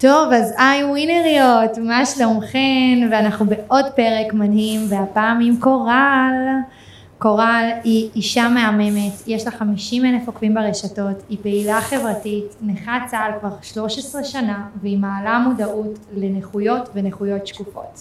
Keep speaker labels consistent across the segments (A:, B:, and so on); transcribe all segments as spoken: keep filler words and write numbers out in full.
A: טוב, אז היי ווינריות, מה שלומכן? ואנחנו בעוד פרק מדהים, והפעם עם קורל. קורל היא אישה מהממת, יש לה חמישים אלף עוקבים ברשתות, היא פעילה חברתית, נכה צה"ל כבר שלוש עשרה שנה, והיא מעלה מודעות לנכויות ונכויות שקופות.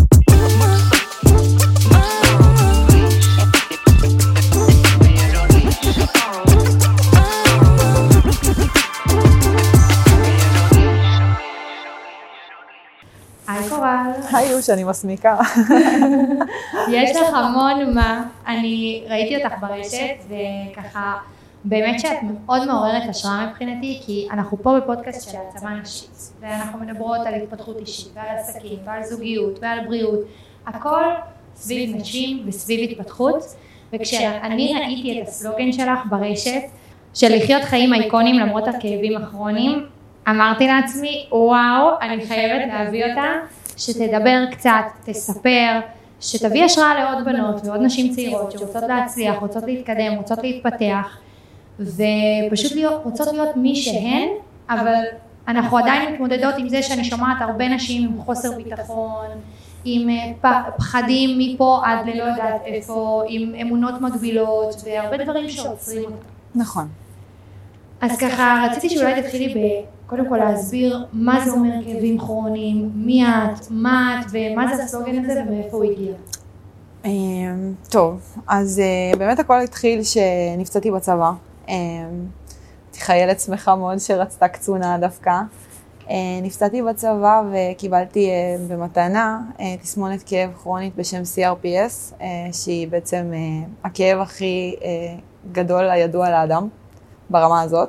A: היי קורל.
B: היי יוש, אני מסמיקה.
A: יש לך המון מה, אני ראיתי אותך ברשת וככה באמת שאת מאוד מעוררת השראה מבחינתי, כי אנחנו פה בפודקאסט של העצמה נשית ואנחנו מדברות על התפתחות אישית ועל עסקים ועל זוגיות ועל בריאות, הכל סביב נשים וסביב התפתחות. וכשאני ראיתי את הסלוגן שלך ברשת של לחיות חיים אייקונים למרות הכאבים הכרוניים, אמרתי לעצמי, וואו, אני חייבת להביא אותה, שתדבר קצת, תספר, שתביא השראה לעוד בנות ועוד נשים צעירות שרוצות להצליח, רוצות להתקדם, רוצות להתפתח, ופשוט להיות, רוצות להיות מי שהן, אבל אנחנו עדיין מתמודדות עם זה שאני שומעת הרבה נשים עם חוסר ביטחון, עם פחדים מפה עד ללא יודעת איפה, עם אמונות מגבילות, והרבה דברים שעוצרים אותם.
B: נכון.
A: אז ככה, רציתי שאולי תתחילי ב... קודם כל להסביר מה זה אומר כאבים כרוניים, מי את, מה את ומה זה הסלוגן הזה ומאיפה הוא הגיע.
B: טוב, אז באמת הכל התחיל שנפצעתי בצבא. הייתי חיילת שמחה מאוד שרצתה קצונה דווקא. נפצעתי בצבא וקיבלתי במתנה תסמונת כאב כרונית בשם סי אר פי אס, שהיא בעצם הכאב הכי גדול הידוע לאדם ברמה הזאת.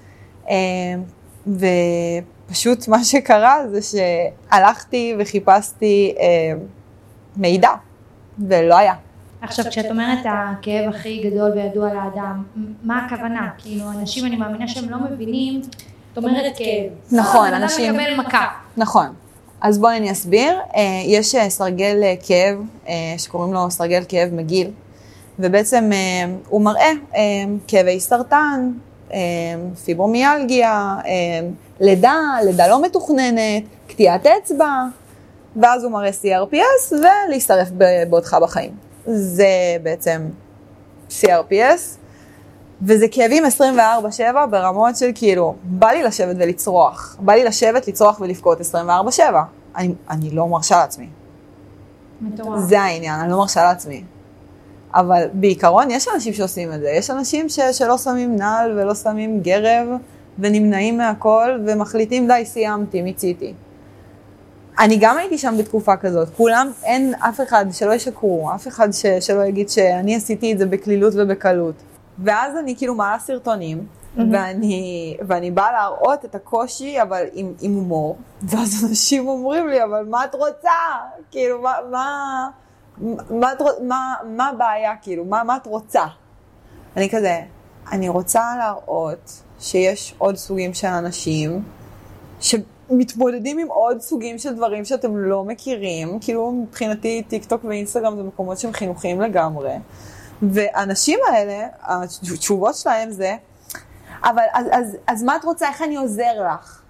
B: ופשוט מה שקרה זה שהלכתי וחיפשתי אה, מידע, ולא היה.
A: עכשיו, כשאת אומרת הכאב הכי גדול וידוע לאדם, מה הכוונה? כאילו, אנשים, אני מאמינה שהם לא מבינים, את אומרת כאב.
B: נכון, אנשים...
A: אדם מקבל מכה.
B: נכון. אז בואי אני אסביר. אה, יש סרגל כאב, אה, שקוראים לו סרגל כאב מגיל, ובעצם אה, הוא מראה אה, כאבי סרטן, פיברומיאלגיה, לידה, לידה לא מתוכננת, קטיעת אצבע, ואז הוא מראה סי אר פי אס ולהשתרף בעודך בחיים. זה בעצם סי אר פי אס, וזה כאבים עשרים וארבע שבע ברמות של כאילו, בא לי לשבת ולצרוח, בא לי לשבת, לצרוח ולבכות עשרים וארבע שבע. אני, אני לא מרשה לעצמי.
A: מטורף.
B: זה העניין, אני לא מרשה לעצמי. אבל בעיקרון יש אנשים שעושים את זה, יש אנשים ש- שלא שמים נעל ולא שמים גרב ונמנעים מהכל ומחליטים די סיימתי, מיציתי. אני גם הייתי שם בתקופה כזאת, כולם, אין אף אחד שלא ישקרו, אף אחד ש- שלא יגיד שאני עשיתי את זה בקלילות ובקלות. ואז אני כאילו מעלה סרטונים mm-hmm. ואני, ואני באה להראות את הקושי אבל עם, עם הומור, ואז אנשים אומרים לי אבל מה את רוצה? כאילו מה... מה... מה, מה, מה הבעיה, כאילו, מה, מה את רוצה? אני כזה, אני רוצה להראות שיש עוד סוגים של אנשים שמתמודדים עם עוד סוגים של דברים שאתם לא מכירים, כאילו מבחינתי טיק טוק ואינסטגרם זה מקומות שהם חינוכיים לגמרי, והאנשים האלה, התשובות שלהם זה, אבל אז, אז, אז מה את רוצה, איך אני עוזר לך?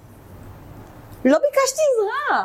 B: לא ביקשתי עזרה.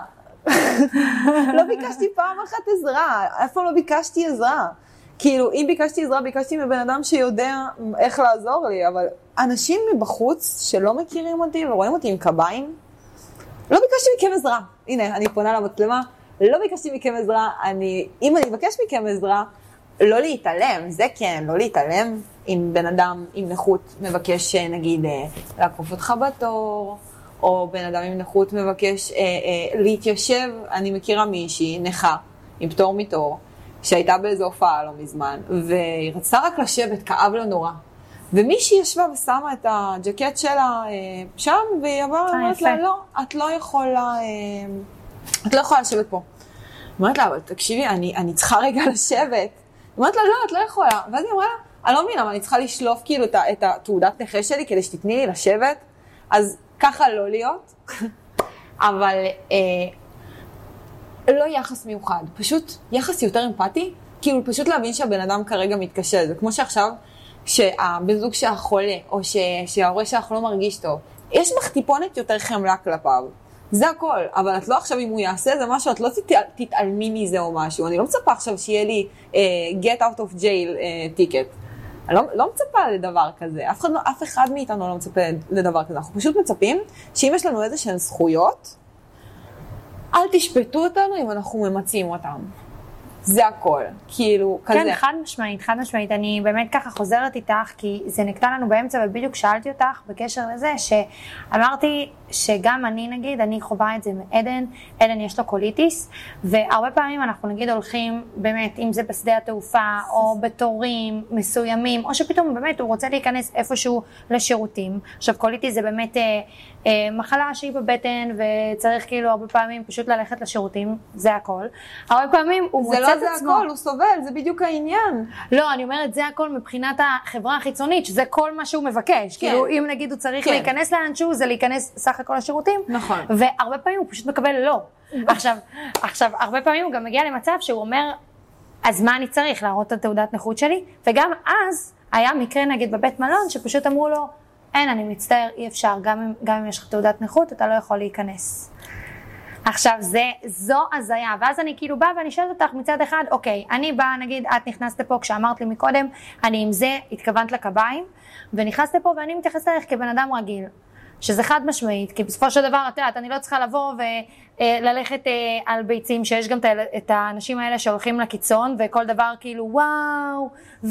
B: לא ביקשתי פעם אחת עזרה, איפה לא ביקשתי עזרה? כאילו, אם ביקשתי עזרה, ביקשתי מבן אדם שיודע איך לעזור לי, אבל אנשים מבחוץ שלא מכירים אותי ורואים אותי עם קביים, לא ביקשתי מכם עזרה. הנה, אני פונה למצלמה, לא ביקשתי מכם עזרה, אני, אם אני אבקש מכם עזרה, לא להתעלם, זה כן, לא להתעלם אם בן אדם עם נכות מבקש, נגיד, לעקוף אותך בתור, או בן אדם עם נכות מבקש אה, אה, להתיישב. אני מכירה מישהי, נכה, עם פטור מתור, שהייתה באיזו הופעה לא מזמן, והיא רצתה רק לשבת, כאב לה נורא. ומישהי ישבה ושמה את הג'קט שלה אה, שם, והיא אמרת לה, לא, את לא יכולה, אה, את לא יכולה לשבת פה. אמרת לה, אבל תקשיבי, אני, אני צריכה רגע לשבת. אמרת לה, לא, את לא יכולה. ואז היא אמרה לה, אני לא מבינה, אבל אני צריכה לשלוף כאילו את, את התעודת נכה שלי, כדי שתתני לי לשבת. אז ככה לא להיות, אבל אה, לא יחס מיוחד, פשוט יחס יותר אמפתי, כאילו פשוט להבין שהבן אדם כרגע מתקשה. זה כמו שעכשיו, שהבן זוג שהחולה, או ש, שההורה שלך לא מרגיש טוב, יש בך טיפונת יותר חמלה כלפיו. זה הכל, אבל את לא עכשיו אם הוא יעשה זה משהו, את לא תתעלמי מזה או משהו, אני לא מצפה עכשיו שיהיה לי uh, get out of jail uh, ticket. אני לא, לא מצפה לדבר כזה, אף אחד, אף אחד מאיתנו לא מצפה לדבר כזה, אנחנו פשוט מצפים שאם יש לנו איזה שהן זכויות, אל תשפטו אותנו אם אנחנו ממצים אותם. זה הכל, כאילו, כזה.
A: כן, חד משמעית, חד משמעית. אני באמת ככה חוזרת איתך, כי זה נקטע לנו באמצע, ובדיוק שאלתי אותך בקשר לזה, שאמרתי שגם אני נגיד, אני חווה את זה מעדן, עדן יש לו קוליטיס, והרבה פעמים אנחנו נגיד הולכים, באמת, אם זה בשדה התעופה, או בתורים מסוימים, או שפתאום באמת הוא רוצה להיכנס איפשהו לשירותים. עכשיו, קוליטיס זה באמת אה, אה, מחלה שהיא בבטן, וצריך כאילו הרבה פעמים פשוט ללכת לשירותים, זה הכל. הרבה פעמים הוא מוצא את עצמו.
B: זה לא זה הכל, הוא סובל, זה בדיוק העניין.
A: לא, אני אומרת, זה הכל מבחינת החברה החיצונית, שזה כל מה שהוא מבקש. כן. כאילו, אם נגיד הוא צריך כן. להיכנס לאנשהו, זה להיכנס סך הכל לשירותים.
B: נכון.
A: והרבה פעמים הוא פשוט מקבל לא. עכשיו, עכשיו, הרבה פעמים הוא גם מגיע למצב שהוא אומר, אז מה אני צריך? להראות את התעודת נכות שלי? וגם אז היה מקרה נגיד בבית מלון, שפשוט אמרו לו, אין, אני מצטער, אי אפשר, גם אם, גם אם יש לך תעודת נכות, אתה לא יכול להיכנס. עכשיו, זה, זו הזיה, ואז אני כאילו באה ואני שואלת אותך מצד אחד, אוקיי, אני באה, נגיד, את נכנסת לפה כשאמרת לי מקודם, אני עם זה התכוונת לקביים, ונכנסת לפה ואני מתייחסת אליך כבן אדם רגיל, שזה חד משמעית, כי בסופו של דבר, את יודעת, אני לא צריכה לבוא וללכת על ביצים, שיש גם את האנשים האלה שהולכים לקיצון, וכל דבר כאילו, וואו,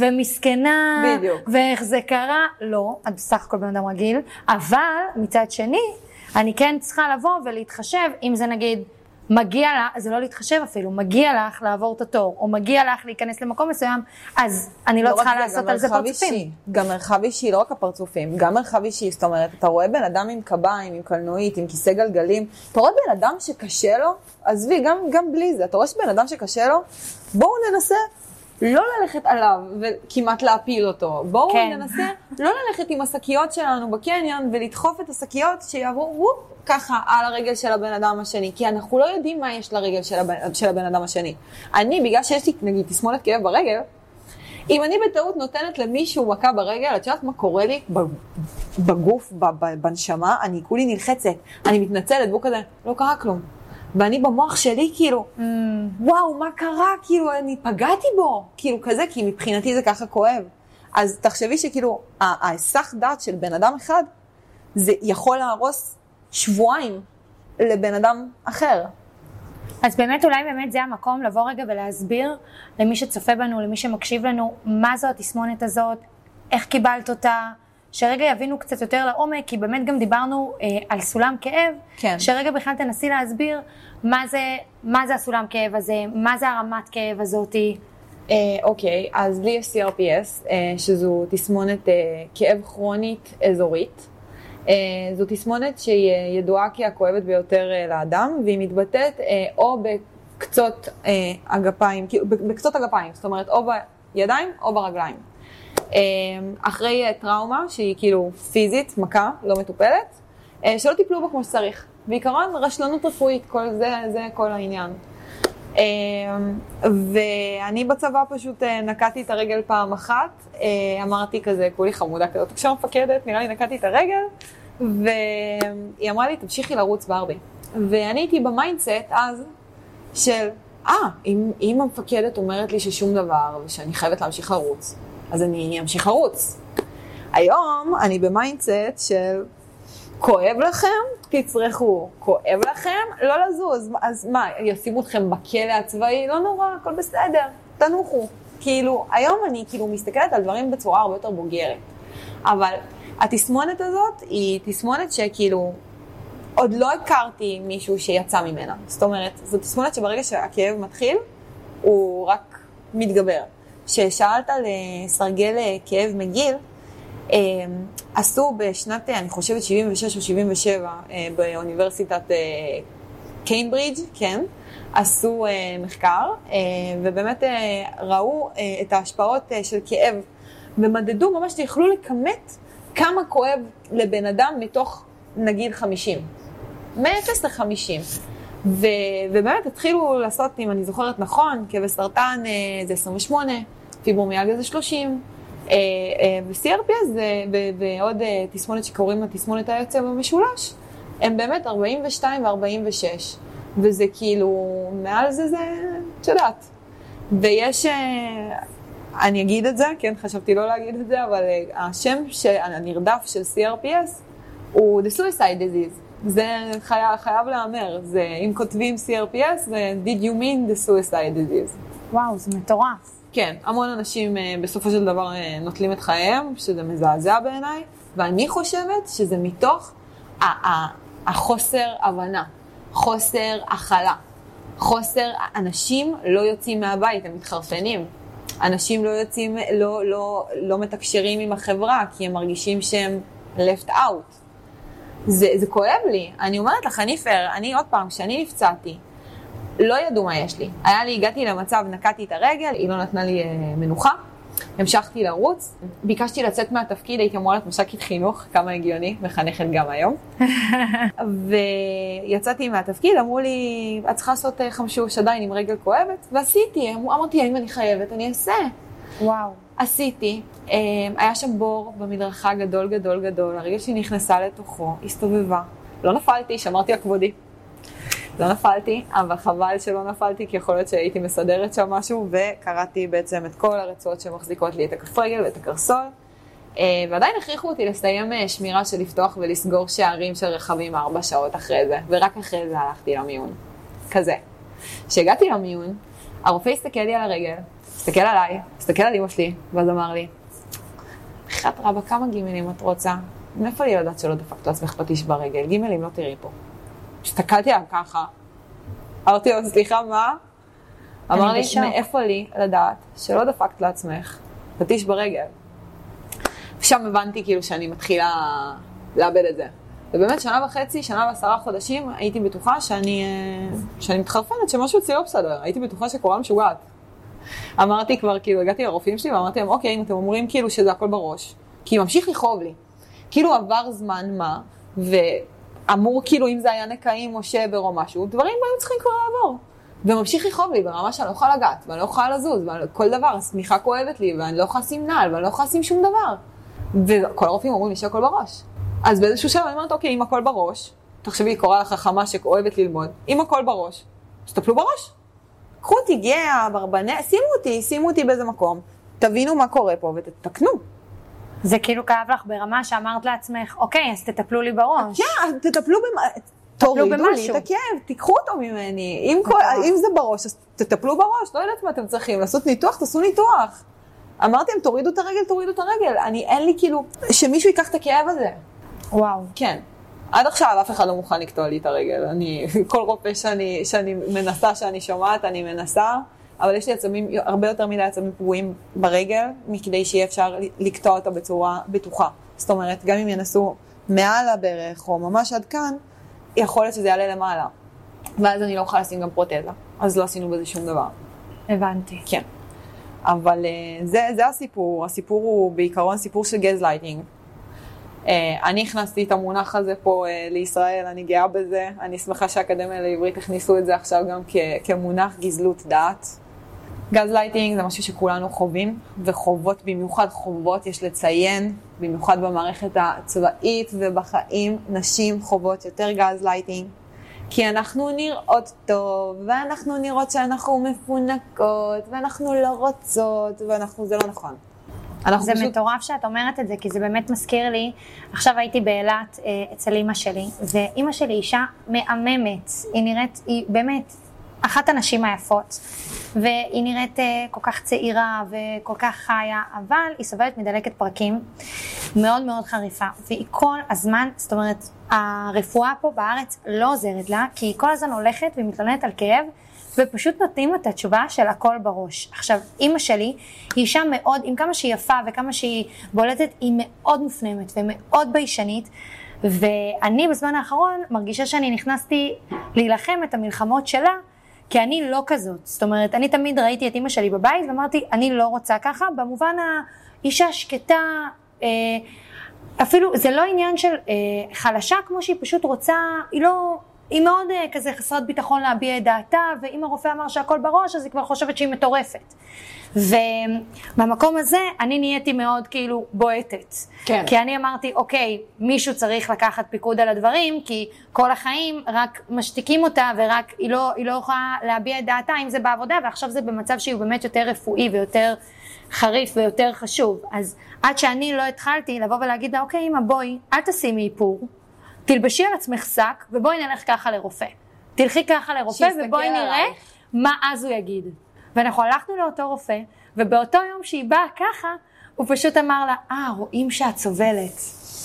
A: ומסכנה,
B: בדיוק.
A: ואיך זה קרה, לא, את בסך הכל בן אדם רגיל, אבל מצד שני, אני כן צריכה לבוא ולהתחשב, אם זה נגיד, מגיע לה, זה לא להתחשב אפילו, מגיע לך לעבור את התור, או מגיע לך להיכנס למקום מסוים, אז אני לא, לא צריכה לעשות על זה פרצופים. אישי,
B: גם מרחב אישי, לא רק הפרצופים, גם מרחב אישי, זאת אומרת, אתה רואה בן אדם עם קביים, עם קלנועית, עם כיסא גלגלים, אתה רואה בן אדם שקשה לו, עזבי, גם, גם בלי זה, אתה רואה שבן אדם שקשה לו, בואו ננסה לא ללכת עליו וכמעט להפיל אותו, בואו כן. ננסה לא ללכת עם השקיות שלנו בקניון ולדחוף את השקיות שיעברו וופ, ככה על הרגל של הבן אדם השני, כי אנחנו לא יודעים מה יש לרגל של הבן, של הבן אדם השני. אני, בגלל שיש לי נגיד תסמונת כאב ברגל, אם אני בטעות נותנת למישהו מכה ברגל, את יודעת מה קורה לי בגוף, בנשמה, אני כולי נלחצת, אני מתנצלת, והוא כזה, לא קרה כלום. ואני במוח שלי כאילו, mm. וואו, מה קרה? כאילו, אני פגעתי בו. כאילו כזה, כי מבחינתי זה ככה כואב. אז תחשבי שכאילו, ההיסח דעת של בן אדם אחד, זה יכול להרוס שבועיים לבן אדם אחר.
A: אז באמת, אולי באמת זה המקום לבוא רגע ולהסביר למי שצופה בנו, למי שמקשיב לנו, מה זו התסמונת הזאת, איך קיבלת אותה, שרגע יבינו קצת יותר לעומק, כי באמת גם דיברנו אה, על סולם כאב,
B: כן.
A: שרגע בכלל תנסי להסביר מה זה, מה זה הסולם כאב הזה, מה זה הרמת כאב הזאתי.
B: אה, אוקיי, אז לי יש סי אר פי אס, אה, שזו תסמונת אה, כאב כרונית אזורית. אה, זו תסמונת שהיא ידועה כהכואבת ביותר אה, לאדם, והיא מתבטאת אה, או בקצות אה, הגפיים, כאילו, בקצות הגפיים, זאת אומרת או בידיים או ברגליים. אחרי טראומה שהיא כאילו פיזית, מכה, לא מטופלת, שלא טיפלו בו כמו שצריך. בעיקרון רשלנות רפואית, כל זה, זה כל העניין. ואני בצבא פשוט נקעתי את הרגל פעם אחת, אמרתי כזה, כולי חמודה כזאת, עכשיו מפקדת, נראה לי נקעתי את הרגל, והיא אמרה לי, תמשיכי לרוץ ברבי. ואני הייתי במיינדסט אז של, אה, אם, אם המפקדת אומרת לי ששום דבר, ושאני חייבת להמשיך לרוץ, אז אני אמשיך לרוץ. היום אני במיינדסט של כואב לכם, תצרכו. כואב לכם, לא לזוז. אז מה, ישימו אתכם בכלא הצבאי? לא נורא, הכל בסדר, תנוחו. כאילו, היום אני כאילו מסתכלת על דברים בצורה הרבה יותר בוגרת. אבל התסמונת הזאת היא תסמונת שכאילו עוד לא הכרתי מישהו שיצא ממנה. זאת אומרת, זו תסמונת שברגע שהכאב מתחיל, הוא רק מתגבר. ששאלת על סרגל כאב מגיל, עשו בשנת, אני חושבת, שבעים ושש או שבעים ושבע, באוניברסיטת קיימברידג', כן, עשו מחקר, ובאמת ראו את ההשפעות של כאב, ומדדו ממש שיכלו לכמת כמה כואב לבן אדם מתוך, נגיד, חמישים. מ-אפס ל-חמישים. ו- ובאמת התחילו לעשות, אם אני זוכרת נכון, כאבי סרטן זה עשרים ושמונה, פיברומיאלגיה זה שלושים, ו-סי אר פי אס זה, ועוד תסמונת שקוראים לה תסמונת היוצא במשולש, הם באמת ארבעים ושתיים ו-ארבעים ושש, וזה כאילו, מעל זה זה, את יודעת. ויש, אני אגיד את זה, כן, חשבתי לא להגיד את זה, אבל השם הנרדף של סי אר פי אס הוא The Suicide Disease. זה חייב, חייב לאמר, זה, אם כותבים סי אר פי אס, זה Did you mean the Suicide Disease?
A: וואו, זה מטורף.
B: כן, המון אנשים בסופו של דבר נוטלים את חייהם, שזה מזעזע בעיניי, ואני חושבת שזה מתוך החוסר הבנה, חוסר הכלה, חוסר, אנשים לא יוצאים מהבית, הם מתחרפנים. אנשים לא יוצאים, לא, לא, לא מתקשרים עם החברה, כי הם מרגישים שהם left out. זה, זה כואב לי. אני אומרת לך, אני פייר, אני עוד פעם, כשאני נפצעתי, לא ידעו מה יש לי. היה לי, הגעתי למצב, נקעתי את הרגל, היא לא נתנה לי אה, מנוחה, המשכתי לרוץ, ביקשתי לצאת מהתפקיד, הייתי אמורה להיות מש"קית חינוך, כמה הגיוני, מחנכת גם היום. ויצאתי מהתפקיד, אמרו לי, את צריכה לעשות חמשוש עדיין עם רגל כואבת, ועשיתי, אמרתי, אם אני חייבת, אני אעשה.
A: וואו.
B: עשיתי, היה שם בור במדרכה גדול גדול גדול, הרגל שלי נכנסה לתוכו, הסתובבה, לא נפלתי, שמרתי על כבודי. לא נפלתי, אבל חבל שלא נפלתי, כי יכול להיות שהייתי מסדרת שם משהו, וקראתי בעצם את כל הרצועות שמחזיקות לי את הכף רגל ואת הקרסול, ועדיין הכריחו אותי לסיים שמירה של לפתוח ולסגור שערים של רכבים ארבע שעות אחרי זה, ורק אחרי זה הלכתי למיון. כזה. כשהגעתי למיון, הרופא הסתכל לי על הרגל, הסתכל עליי, הסתכל על אמא שלי, ואז אמר לי, חת רבה, כמה גימלים את רוצה? מאיפה לי לדעת שלא דפקת לעצמך פטיש ברגל? גימלים לא תראי פה. הסתכלתי עליו ככה, אמרתי לו, סליחה, מה? אמר לי, מאיפה לי לדעת שלא דפקת לעצמך פטיש ברגל? ושם הבנתי כאילו שאני מתחילה לאבד את זה. ובאמת שנה וחצי, שנה ועשרה חודשים, הייתי בטוחה שאני, שאני מתחרפנת, שמשהו אצלי לא בסדר. הייתי בטוחה שקורה משוגעת. אמרתי כבר, כאילו, הגעתי לרופאים שלי ואמרתי להם, אוקיי, אם אתם אומרים כאילו שזה הכל בראש, כי ממשיך לכאוב לי. כאילו עבר זמן מה, ו... אמור כאילו אם זה היה נקעים או שבר או משהו, דברים היו צריכים כבר לעבור. וממשיך לכאוב לי ברמה שאני לא יכולה לגעת, ואני לא יכולה לזוז, וכל דבר, הסמיכה כואבת לי, ואני לא יכולה לשים נעל, ואני לא יכולה לשים שום דבר. וכל הרופאים אומרים לי שהכל בראש. אז באיזשהו שלב אני אומרת, אוקיי, אם הכל בראש, תחשבי, קורא לך חכמה שאוהבת ללמוד, אם הכל בראש, שתפלו בראש. קחו אותי גאה, ברבנה, שימו אותי, שימו אותי באיזה מקום, תבינו מה קורה פה ותתקנו.
A: זה כאילו כאב לך ברמה שאמרת לעצמך, אוקיי, אז תטפלו לי בראש.
B: כן, תטפלו במה, תורידו לי את הכאב, תיקחו אותו ממני. אם, כל, אם זה בראש, אז תטפלו בראש, לא יודעת מה אתם צריכים, לעשות ניתוח, תעשו ניתוח. אמרתם, תורידו את הרגל, תורידו את הרגל. אני, אין לי כאילו, שמישהו ייקח את הכאב הזה.
A: וואו.
B: כן. עד עכשיו אף אחד לא מוכן לקטוע לי את הרגל. אני, כל רופא שאני, שאני מנסה, שאני שומעת, אני מנסה. אבל יש לי עצמים, הרבה יותר מדי עצמים פגועים ברגל, מכדי שיהיה אפשר לקטוע אותה בצורה בטוחה. זאת אומרת, גם אם ינסו מעל הברך, או ממש עד כאן, יכול להיות שזה יעלה למעלה. ואז אני לא אוכל לשים גם פרוטזה. אז לא עשינו בזה שום דבר.
A: הבנתי.
B: כן. אבל זה, זה הסיפור. הסיפור הוא בעיקרון סיפור של גזלייטינג. אני הכנסתי את המונח הזה פה לישראל, אני גאה בזה. אני שמחה שהאקדמיה לעברית הכניסו את זה עכשיו גם כמונח גזלות דעת. גזלייטינג זה משהו שכולנו חווים, וחובות במיוחד חובות יש לציין, במיוחד במערכת הצבאית ובחיים, נשים חוות יותר גזלייטינג, כי אנחנו נראות טוב, ואנחנו נראות שאנחנו מפונקות, ואנחנו לא רוצות, ואנחנו, זה לא נכון.
A: זה פשוט... מטורף שאת אומרת את זה, כי זה באמת מזכיר לי, עכשיו הייתי באילת אצל אמא שלי, ואמא שלי אישה מהממת, היא נראית, היא באמת אחת הנשים היפות, והיא נראית כל כך צעירה וכל כך חיה, אבל היא סובלת מדלקת פרקים מאוד מאוד חריפה, והיא כל הזמן, זאת אומרת, הרפואה פה בארץ לא עוזרת לה, כי היא כל הזמן הולכת ומתלוננת על כאב, ופשוט נותנים את התשובה של הכל בראש. עכשיו, אמא שלי היא אישה מאוד, עם כמה שהיא יפה וכמה שהיא בולטת, היא מאוד מופנמת ומאוד ביישנית, ואני בזמן האחרון מרגישה שאני נכנסתי להילחם את המלחמות שלה, כי אני לא כזאת. זאת אומרת, אני תמיד ראיתי את אמא שלי בבית ואמרתי, אני לא רוצה ככה, במובן האישה שקטה, אה, אפילו זה לא עניין של אה, חלשה, כמו שהיא פשוט רוצה, היא לא...
C: היא מאוד כזה חסרת ביטחון להביע את דעתה, ואם הרופא אמר שהכל בראש, אז היא כבר חושבת שהיא מטורפת. ובמקום הזה אני נהייתי מאוד כאילו בועטת.
B: כן.
C: כי אני אמרתי, אוקיי, מישהו צריך לקחת פיקוד על הדברים, כי כל החיים רק משתיקים אותה, ורק היא לא, היא לא יכולה להביע את דעתה, אם זה בעבודה, ועכשיו זה במצב שהוא באמת יותר רפואי ויותר חריף ויותר חשוב. אז עד שאני לא התחלתי לבוא ולהגיד לה, אוקיי, אמא, בואי, אל תשימי איפור, תלבשי על עצמך שק, ובואי נלך ככה לרופא. תלכי ככה לרופא, ובואי נראה מה אז הוא יגיד. ואנחנו הלכנו לאותו רופא, ובאותו יום שהיא באה ככה, הוא פשוט אמר לה, אה, רואים שאת סובלת.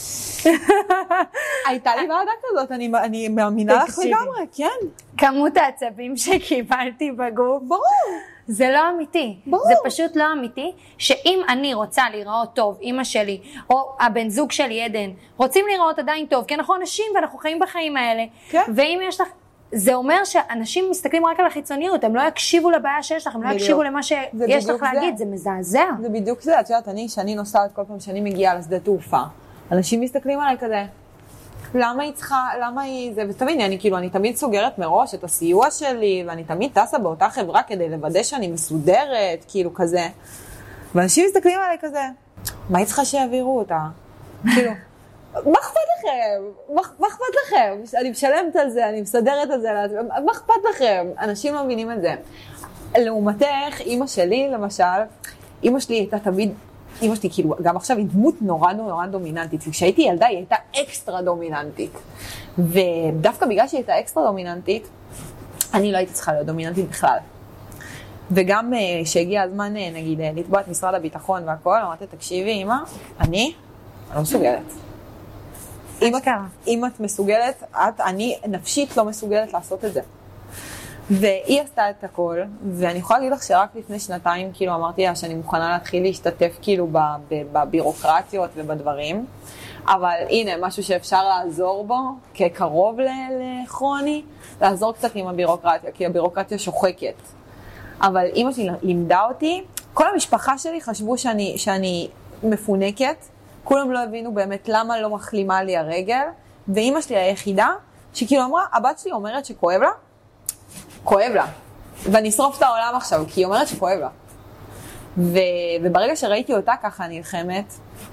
B: הייתה לי ועדה כזאת, אני, אני מאמינה לך לגמרי, כן.
C: כמות העצבים שקיבלתי בגוף,
B: ברור.
C: זה לא אמיתי.
B: ברור.
C: זה פשוט לא אמיתי, שאם אני רוצה להיראות טוב, אמא שלי, או הבן זוג שלי, עדן, רוצים להיראות עדיין טוב, כי אנחנו אנשים ואנחנו חיים בחיים האלה.
B: כן.
C: ואם יש לך... זה אומר שאנשים מסתכלים רק על החיצוניות, הם לא יקשיבו לבעיה שיש לך, הם לא יקשיבו למה שיש לך להגיד, זה מזעזע.
B: זה בדיוק זה, את יודעת, אני, שאני נוסעת כל פעם שאני מגיעה לשדה תעופה, אנשים מסתכלים עליי כזה, למה היא צריכה, למה היא זה, ותביני, אני כאילו, אני תמיד סוגרת מראש את הסיוע שלי, ואני תמיד טסה באותה חברה כדי לוודא שאני מסודרת, כאילו כזה, ואנשים מסתכלים עליי כזה, מה היא צריכה שיעבירו אותה? כאילו, מה אכפת לכם? מה, מה אכפת לכם? אני משלמת על זה, אני מסדרת על זה, מה אכפת לכם? אנשים לא מבינים את זה. לעומתך, אמא שלי, למשל, אמא שלי הייתה תמיד, אמא שלי כאילו, גם עכשיו היא דמות נורא נורא דומיננטית, וכשהייתי ילדה היא הייתה אקסטרה דומיננטית. ודווקא בגלל שהיא הייתה אקסטרה דומיננטית, אני לא הייתי צריכה להיות דומיננטית בכלל. וגם שהגיע הזמן, נגיד, לתבוע את משרד הביטחון והכל, אמרתי, תקשיבי, אמא, אני, אני לא מסוגלת. אם את, אם את מסוגלת, את, אני נפשית לא מסוגלת לעשות את זה. והיא עשתה את הכל, ואני יכולה להגיד לך שרק לפני שנתיים, כאילו אמרתי לה שאני מוכנה להתחיל להשתתף כאילו בבירוקרטיות ובדברים, אבל הנה, משהו שאפשר לעזור בו, כקרוב לכרוני, לעזור קצת עם הבירוקרטיה, כי הבירוקרטיה שוחקת. אבל אמא שלי לימדה אותי, כל המשפחה שלי חשבו שאני, שאני מפונקת, כולם לא הבינו באמת למה לא מחלימה לי הרגל, ואמא שלי היחידה, שכאילו אמרה, הבת שלי אומרת שכואב לה, כואב לה, ואני אשרוף את העולם עכשיו, כי היא אומרת שכואב לה. ו... וברגע שראיתי אותה ככה נלחמת,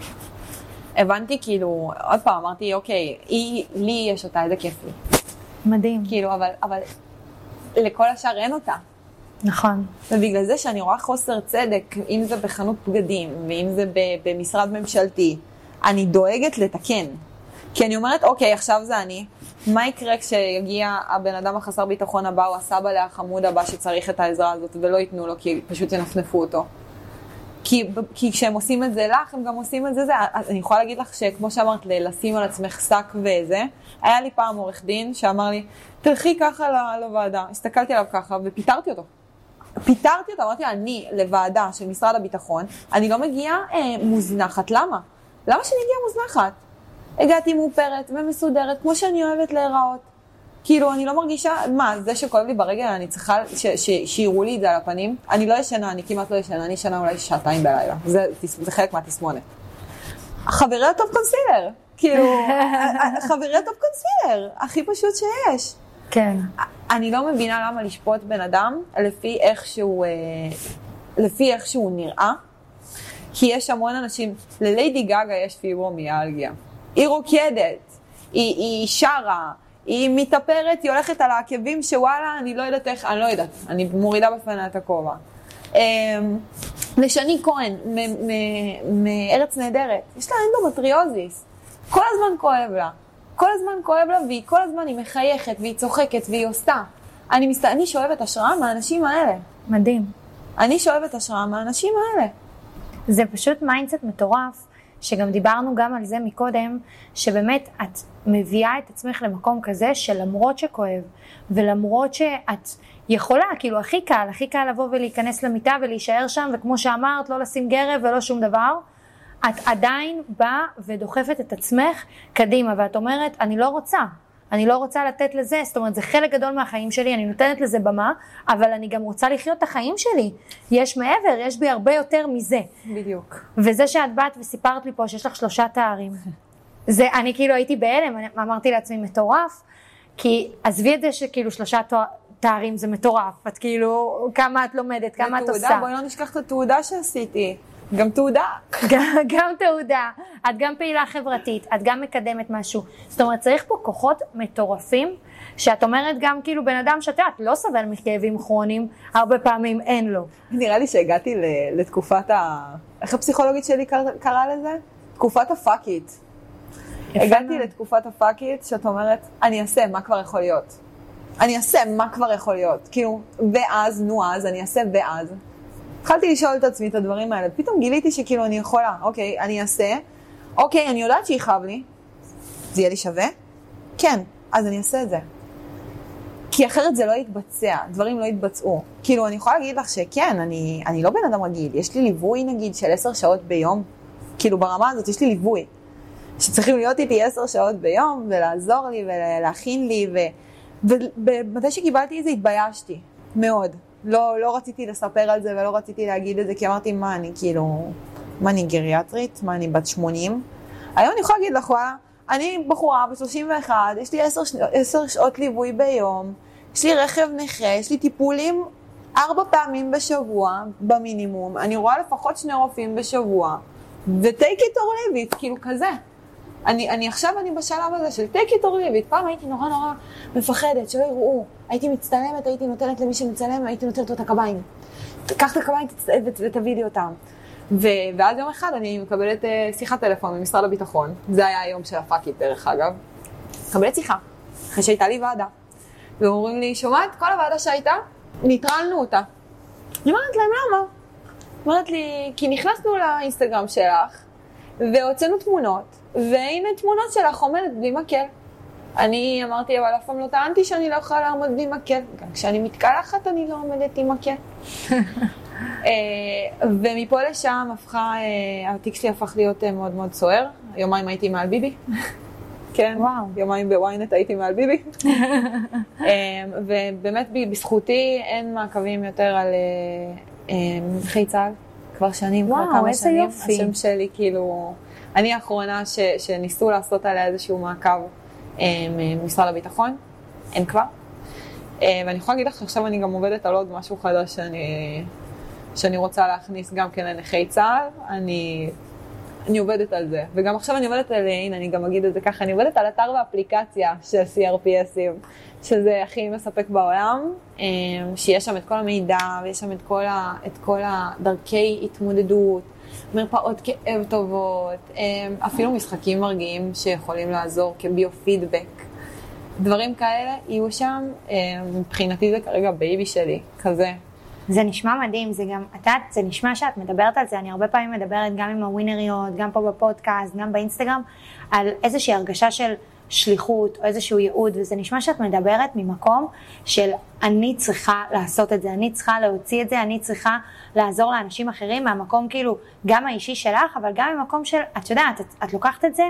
B: הבנתי כאילו, עוד פעם אמרתי, אוקיי, היא, לי יש אותה, איזה כיף לי.
C: מדהים.
B: כאילו, אבל, אבל לכל השאר אין אותה.
C: נכון.
B: ובגלל זה שאני רואה חוסר צדק, אם זה בחנות בגדים, ואם זה במשרד ממשלתי, אני דואגת לתקן. כי אני אומרת, אוקיי, עכשיו זה אני. מה יקרה כשיגיע הבן אדם החסר ביטחון הבא, או הסבא החמוד הבא שצריך את העזרה הזאת, ולא ייתנו לו, כי פשוט ינפנפו אותו. כי, כי כשהם עושים את זה לך, הם גם עושים את זה זה. אני יכולה להגיד לך שכמו שאמרת, לשים על עצמך שק וזה, היה לי פעם עורך דין שאמר לי, תלכי ככה לוועדה. הסתכלתי עליו ככה ופיתרתי אותו. פיתרתי אותה, אמרתי, אני לוועדה של משרד הביטחון, אני לא מגיעה אה, מוזנחת. למה? למה שאני אגיעה מוזנחת? הגעתי מאופרת ומסודרת, כמו שאני אוהבת להיראות. כאילו, אני לא מרגישה, מה, זה שכואב לי ברגל, אני צריכה ש, ש, שיראו לי את זה על הפנים. אני לא ישנה, אני כמעט לא ישנה, אני ישנה אולי שעתיים בלילה. זה, זה חלק מהתסמונת. חברי הטוב קונסילר. כאילו, חברי הטוב קונסילר. הכי פשוט שיש.
C: כן.
B: אני לא מבינה למה לשפוט בן אדם לפי איך שהוא, לפי איך שהוא נראה. כי יש המון אנשים, לליידי גגה יש פיברומיאלגיה. היא רוקדת, היא, היא שרה, היא מתאפרת, היא הולכת על העקבים שוואלה, אני לא יודעת איך, אני לא יודעת, אני מורידה בפני את הכובע. לשני כהן, מארץ נהדרת, יש לה אנדומטריוזיס, כל הזמן כואב לה, כל הזמן כואב לה, והיא כל הזמן היא מחייכת, והיא צוחקת, והיא עושה. אני, מסת... אני שואבת השראה מהאנשים האלה.
C: מדהים.
B: אני שואבת השראה מהאנשים האלה.
C: זה פשוט מיינדסט מטורף, שגם דיברנו גם על זה מקודם, שבאמת את מביאה את עצמך למקום כזה, שלמרות שכואב, ולמרות שאת יכולה, כאילו הכי קל, הכי קל לבוא ולהיכנס למיטה ולהישאר שם, וכמו שאמרת, לא לשים גרב ולא שום דבר, את עדיין באה ודוחפת את עצמך קדימה, ואת אומרת, אני לא רוצה, אני לא רוצה לתת לזה, זאת אומרת, זה חלק גדול מהחיים שלי, אני נותנת לזה במה, אבל אני גם רוצה לחיות את החיים שלי. יש מעבר, יש בי הרבה יותר מזה.
B: בדיוק.
C: וזה שאת באת וסיפרת לי פה שיש לך שלושה תארים, זה, אני כאילו הייתי בהלם, אמרתי לעצמי מטורף, כי עזבי את זה שכאילו שלושה תארים זה מטורף, את כאילו, כמה את לומדת, כמה את עושה.
B: בואי לא נשכח את התעודה שעשיתי. גם תעודה.
C: גם, גם תעודה. את גם פעילה חברתית, את גם מקדמת משהו. זאת אומרת, צריך פה כוחות מטורפים, שאת אומרת גם כאילו בן אדם שאת לא סובל מכאבים כרוניים, הרבה פעמים אין לו.
B: נראה לי שהגעתי לתקופת ה... איך הפסיכולוגית שלי קראה לזה? תקופת הפאקית. הגעתי לתקופת הפאקית שאת אומרת, אני אעשה מה כבר יכול להיות. אני אעשה מה כבר יכול להיות. כאילו, ואז, נו אז, אני אעשה ואז. התחלתי לשאול את עצמי את הדברים האלה. פתאום גיליתי שכאילו אני יכולה, אוקיי, אני אעשה. אוקיי, אני יודעת שיחב לי. זה יהיה לי שווה? כן, אז אני אעשה את זה. כי אחרת זה לא יתבצע, דברים לא יתבצעו. כאילו, אני יכולה להגיד לך שכן, אני, אני לא בן אדם רגיל. יש לי ליווי, נגיד, של עשר שעות ביום. כאילו, ברמה הזאת יש לי ליווי. שצריכים להיות איתי עשר שעות ביום, ולעזור לי, ולהכין לי, ו... ובמתי שקיבלתי את זה התביישתי. מאוד. לא, לא רציתי לספר על זה, ולא רציתי להגיד את זה, כי אמרתי, מה אני, כאילו, מה אני גריאטרית? מה אני בת שמונים? היום אני יכולה להגיד לך, אני בחורה ב-שלושים ואחת, יש לי עשר שעות ליווי ביום, יש לי רכב נכה, יש לי טיפולים ארבע פעמים בשבוע, במינימום, אני רואה לפחות שני רופאים בשבוע, ו-take it or leave it, כאילו כזה. אני, אני עכשיו אני בשלב הזה של take it or leave it, פעם הייתי נורא נורא מפחדת, שלא יראו, הייתי מצטלמת, הייתי נותנת למי שמצלם, הייתי נותנת לו את הקביים. קח את הקביים ותביא לי אותם. ו- ואז יום אחד אני מקבלת uh, שיחת טלפון ממשרד הביטחון, זה היה היום של הפאקית דרך אגב, מקבלת שיחה, אחרי שהייתה לי ועדה, ואומרים לי, שומעת, כל הוועדה שהייתה, ניטרלנו אותה. אני אומרת להם, למה? אומרת לי, כי נכנסנו לאינסטגרם שלך, והוצאנו תמונות, והנה תמונות שלך עומדת בלי מקל. אני אמרתי, אבל אף פעם לא טענתי שאני לא יכולה לעמוד בלי מקל, גם כשאני מתקלחת אני לא עומדת עם מקל. ומפה לשם הפכה, התיק שלי הפך להיות מאוד מאוד סוער. יומיים הייתי מעל ביבי. כן, יומיים בוויינט הייתי מעל ביבי. ובאמת בזכותי אין מעקבים יותר על נכי צה"ל. כבר שנים, כבר כמה שנים. השם שלי כאילו, אני האחרונה שניסו לעשות עליה איזשהו מעקב ממשרד הביטחון. אין כבר. ואני יכולה להגיד לך שעכשיו אני גם עובדת על עוד משהו חדש שאני, שאני רוצה להכניס גם כן לנכי צה"ל. אני, אני עובדת על זה. וגם עכשיו אני עובדת על, הנה אני גם אגיד את זה ככה, אני עובדת על אתר ואפליקציה של סי אר פי אסים, שזה הכי מספק בעולם, שיש שם את כל המידע ויש שם את כל, ה, את כל הדרכי התמודדות, מרפאות כאב טובות, אפילו משחקים מרגיעים שיכולים לעזור כביו-פידבק. דברים כאלה יהיו שם, מבחינתי זה כרגע בייבי שלי, כזה.
C: זה נשמע מדהים, זה גם, את יודעת, זה נשמע שאת מדברת על זה, אני הרבה פעמים מדברת גם עם הווינריות, גם פה בפודקאסט, גם באינסטגרם, על איזושהי הרגשה של שליחות או איזשהו ייעוד, וזה נשמע שאת מדברת ממקום של אני צריכה לעשות את זה, אני צריכה להוציא את זה, אני צריכה לעזור לאנשים אחרים, מהמקום כאילו גם האישי שלך, אבל גם ממקום של, את יודעת, את, את לוקחת את זה,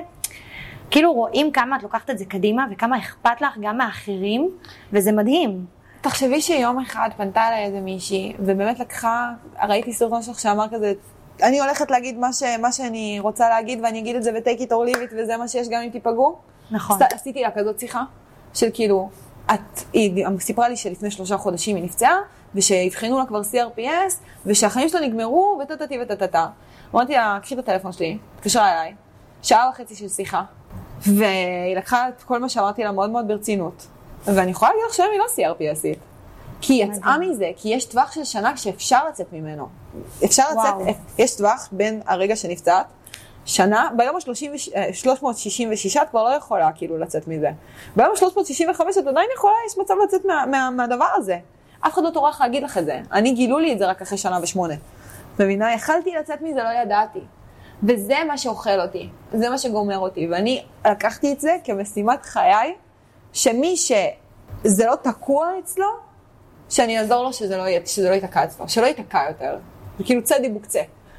C: כאילו רואים כמה את לוקחת את זה קדימה, וכמה אכפת לך גם מאחרים, וזה מדהים.
B: תחשבי שיום אחד פנתה אליי איזה מישהי, ובאמת לקחה, ראיתי סרטון שלך שאמר כזה, אני הולכת להגיד מה, ש, מה שאני רוצה להגיד, ואני אגיד את זה ו-take it or leave it, וזה מה שיש גם אם תיפגעו.
C: נכון.
B: עשיתי לה כזאת שיחה, של כאילו, את, היא סיפרה לי שלפני שלושה חודשים היא נפצעה, ושהבחינו לה כבר סי אר פי אס, ושהחיים שלה נגמרו, וטטטי וטטטה. אמרתי לה, קחי את הטלפון שלי, תקשרה אליי, שעה וחצי של שיחה, והיא לקחה את כל מה שאמרתי לה מאוד מאוד ברצינות. ואני יכולה להגיד לך שאני לא סי אר פי אסית. כי היא יצאה מזה, כי יש טווח של שנה שאפשר לצאת ממנו. אפשר לצאת, יש טווח בין הרגע שנפצעת, שנה, ביום ה-שלוש מאות שישים ושש את כבר לא יכולה כאילו לצאת מזה. ביום ה-שלוש מאות שישים וחמש את עדיין יכולה, יש מצב לצאת מה, מה, מהדבר הזה. אף אחד לא תורך להגיד לך את זה. אני גילו לי את זה רק אחרי שנה ושמונה. מבינה? יכלתי לצאת מזה, לא ידעתי. וזה מה שאוכל אותי, זה מה שגומר אותי. ואני לקחתי את זה כמשימת חיי, שמי שזה לא תקוע אצלו, שאני אעזור לו שזה לא, שזה לא יתקע אצלו, שלא יתקע יותר. וכאילו צדי בוקצה.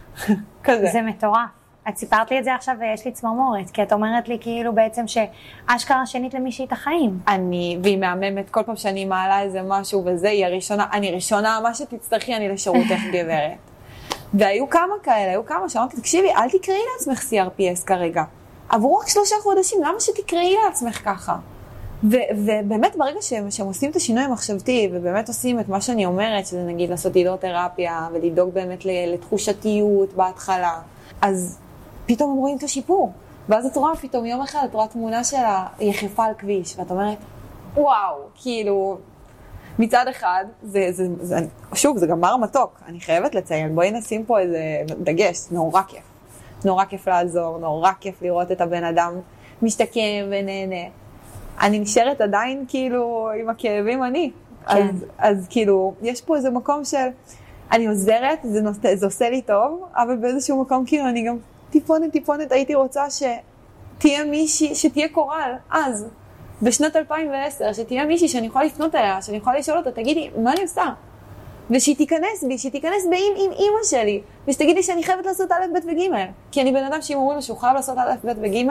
B: כזה.
C: זה מטורף. את סיפרת לי את זה עכשיו ויש לי צמרמורת, כי את אומרת לי כאילו בעצם שאשכרה שנית למישהי את החיים.
B: אני, והיא מהממת, כל פעם שאני מעלה איזה משהו וזה, היא הראשונה, אני ראשונה, מה שתצטרכי אני לשירותך גברת. והיו כמה כאלה, היו כמה שאמרתי, תקשיבי, אל תקראי לעצמך סי אר פי אס כרגע. עברו רק שלושה חודשים, למה שתקראי לעצמך ככה? ו- ובאמת ברגע שהם, שהם עושים את השינוי המחשבתי, ובאמת עושים את מה שאני אומרת, שזה נגיד לעשות הידרותרפיה, ולדאוג באמת לתחושתיות בהתחלה, אז פתאום הם רואים את השיפור. ואז את רואה פתאום יום אחד, את רואה תמונה שלה יחפה על כביש, ואת אומרת, וואו, כאילו, מצד אחד, זה, זה, זה, שוב, זה גם מר מתוק, אני חייבת לציין, בואי נשים פה איזה דגש, נורא כיף. נורא כיף לעזור, נורא כיף לראות את הבן אדם משתקם ונהנה. אני נשארת עדיין כאילו עם הכאבים אני. כן. אז, אז כאילו, יש פה איזה מקום של, אני עוזרת, זה, נוס, זה עושה לי טוב, אבל באיזשהו מקום כאילו אני גם טיפונת טיפונת הייתי רוצה שתהיה מישהי, שתהיה קורל, אז, בשנת אלפיים ועשר, שתהיה מישהי שאני יכולה לפנות אליה, שאני יכולה לשאול אותה, תגידי, מה אני עושה? ושהיא תיכנס בי, שהיא תיכנס בי עם, עם אמא שלי, ושתגיד לי שאני חייבת לעשות א', ב' וג'. כי אני בן אדם שאם אומרים לו שהוא חייב לעשות א', ב' וג',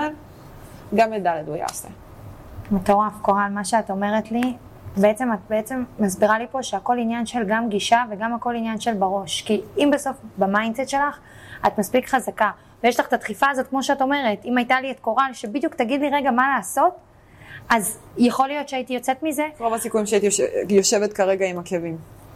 B: גם את ד' הוא יעשה.
C: מטורף, קורל, מה שאת אומרת לי, בעצם את בעצם מסבירה לי פה שהכל עניין של גם גישה וגם הכל עניין של בראש. כי אם בסוף במיינדסט שלך את מספיק חזקה, ויש לך את הדחיפה הזאת כמו שאת אומרת, אם הייתה לי את קורל שבדיוק תגיד לי רגע מה לעשות, אז יכול להיות שהייתי יוצאת מזה.
B: רוב הסיכויים שהייתי יושב, יושבת כרגע עם עקבים.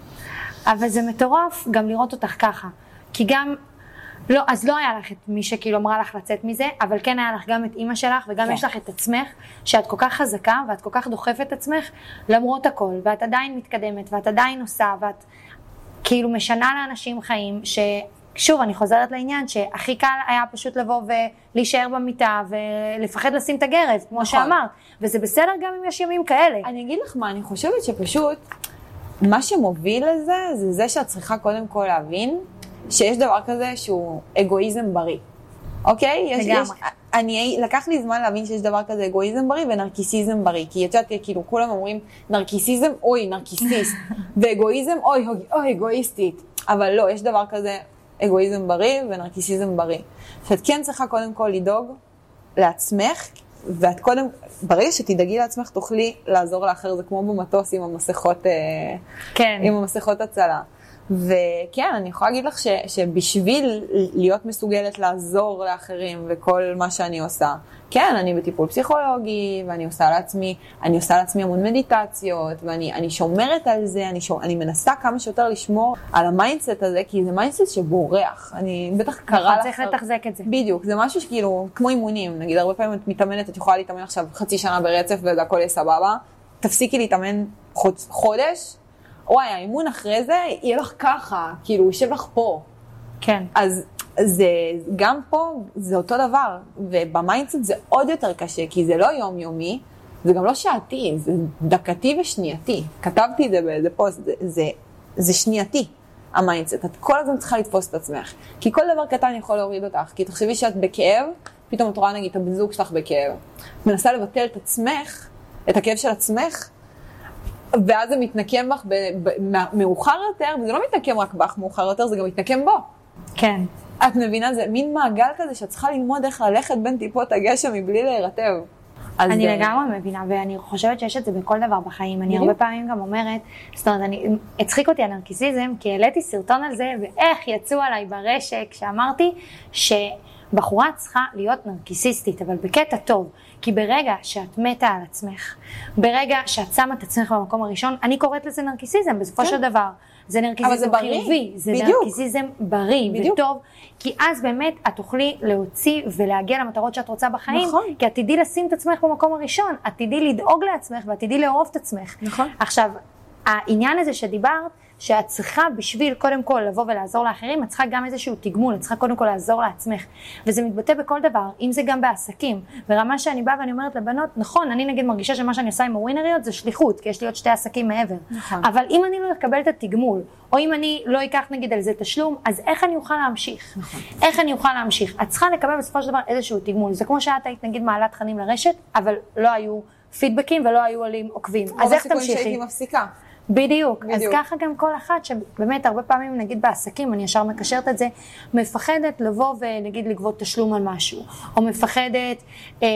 C: אבל זה מטורף גם לראות אותך ככה. כי גם, לא, אז לא היה לך את מי שכאילו אמרה לך לצאת מזה, אבל כן היה לך גם את אמא שלך, וגם כן. יש לך את עצמך, שאת כל כך חזקה, ואת כל כך דוחפת את עצמך, למרות הכל, ואת עדיין מתקדמת, ואת עדיין עושה, ואת כאילו משנה לאנשים חיים, ששוב, אני חוזרת לעניין, שהכי קל היה פשוט לבוא ולהישאר במיטה, ולפחד לשים את הגרב, כמו נכון. שאמרת, וזה בסדר גם אם יש ימים כאלה.
B: אני אגיד לך מה, אני חושבת שפשוט, מה שמוביל לזה, זה זה שאת צריכה קודם כל להבין, שיש דבר כזה שהוא אגואיזם בריא. אוקיי? יש, יש, אני, לקח לי זמן להבין שיש דבר כזה אגואיזם בריא ונרקיסיזם בריא. כי יצאת, כאילו, כולם אומרים, נרקיסיזם, אוי, נרקיסיסט. ואגואיזם, אוי, אוי, אגואיסטית. אבל לא, יש דבר כזה אגואיזם בריא ונרקיסיזם בריא. שאת כן צריכה קודם כל לדאוג לעצמך, ואת קודם, ברגע שתדאגי לעצמך, תוכלי לעזור לאחר. זה כמו במטוס עם המסכות,
C: כן.
B: עם המסכות הצלה. וכן, אני יכולה להגיד לך ש, שבשביל להיות מסוגלת לעזור לאחרים וכל מה שאני עושה, כן, אני בטיפול פסיכולוגי, ואני עושה לעצמי, אני עושה לעצמי המון מדיטציות, ואני אני שומרת על זה, אני, שומר, אני מנסה כמה שיותר לשמור על המיינדסט הזה, כי זה מיינדסט שבורח. אני בטח קרה לך...
C: צריך לתחזק את זה.
B: בדיוק, זה משהו שכאילו, כמו אימונים, נגיד, הרבה פעמים את מתאמנת, את יכולה להתאמן עכשיו חצי שנה ברצף, וזה הכל יהיה סבבה, תפסיקי להתאמן חודש, וואי, האימון אחרי זה, יהיה לך ככה, כאילו, הוא יושב לך פה.
C: כן.
B: אז זה, גם פה זה אותו דבר, ובמיינדסט זה עוד יותר קשה, כי זה לא יומיומי, זה גם לא שעתי, זה דקתי ושנייתי. כתבתי את זה באיזה פוסט, זה, זה, זה שנייתי, המיינדסט. את כל הזמן צריכה לתפוס את עצמך, כי כל דבר קטן יכול להוריד אותך, כי תחשבי שאת בכאב, פתאום את רואה נגיד את הבן זוג שלך בכאב. מנסה לבטל את עצמך, את הכאב של עצמך, ואז זה מתנקם בך מאוחר יותר, וזה לא מתנקם רק בך מאוחר יותר, זה גם מתנקם בו.
C: כן.
B: את מבינה, זה מין מעגל כזה שאת צריכה ללמוד איך ללכת בין טיפות הגשם מבלי להירטב.
C: אני לגמרי מבינה, ואני חושבת שיש את זה בכל דבר בחיים. אני הרבה פעמים גם אומרת, זאת אומרת, אני, הצחיק אותי הנרקיסיזם, כי העליתי סרטון על זה, ואיך יצאו עליי ברשת, כשאמרתי שבחורה צריכה להיות נרקיסיסטית, אבל בקטע טוב. כי ברגע שאת מתה על עצמך, ברגע שאת שמה את עצמך במקום הראשון, אני קוראת לזה נרקיסיזם, בסופו כן. של דבר. זה נרקיסיזם חיובי, זה בדיוק. נרקיסיזם בריא בדיוק. וטוב, כי אז באמת את תוכלי להוציא ולהגיע למטרות שאת רוצה בחיים,
B: נכון.
C: כי את תדעי לשים את עצמך במקום הראשון, את תדעי לדאוג לעצמך ואת תדעי לאהוב את עצמך.
B: נכון.
C: עכשיו, העניין הזה שדיברת, שאת צריכה בשביל קודם כל לבוא ולעזור לאחרים, את צריכה גם איזשהו תגמול, את צריכה קודם כל לעזור לעצמך. וזה מתבטא בכל דבר, אם זה גם בעסקים. ברמה שאני באה ואני אומרת לבנות, נכון, אני נגיד מרגישה שמה שאני עושה עם הווינריות זה שליחות, כי יש לי עוד שתי עסקים מעבר.
B: נכון.
C: אבל אם אני לא אקבל את התגמול, או אם אני לא אקח נגיד על זה תשלום, אז איך אני אוכל להמשיך?
B: נכון.
C: איך אני אוכל להמשיך? את צריכה לקבל בסופו של דבר איזשהו תגמול. זה כמו שאת היית נגיד מעלת תכנים לרשת, אבל לא היו פידבקים ולא היו עולים עוקבים. אז איך תמשיכי? בדיוק. בדיוק, אז ככה גם כל אחת שבאמת הרבה פעמים נגיד בעסקים, אני ישר מקשרת את זה, מפחדת לבוא ונגיד לגבות תשלום על משהו, או מפחדת אה,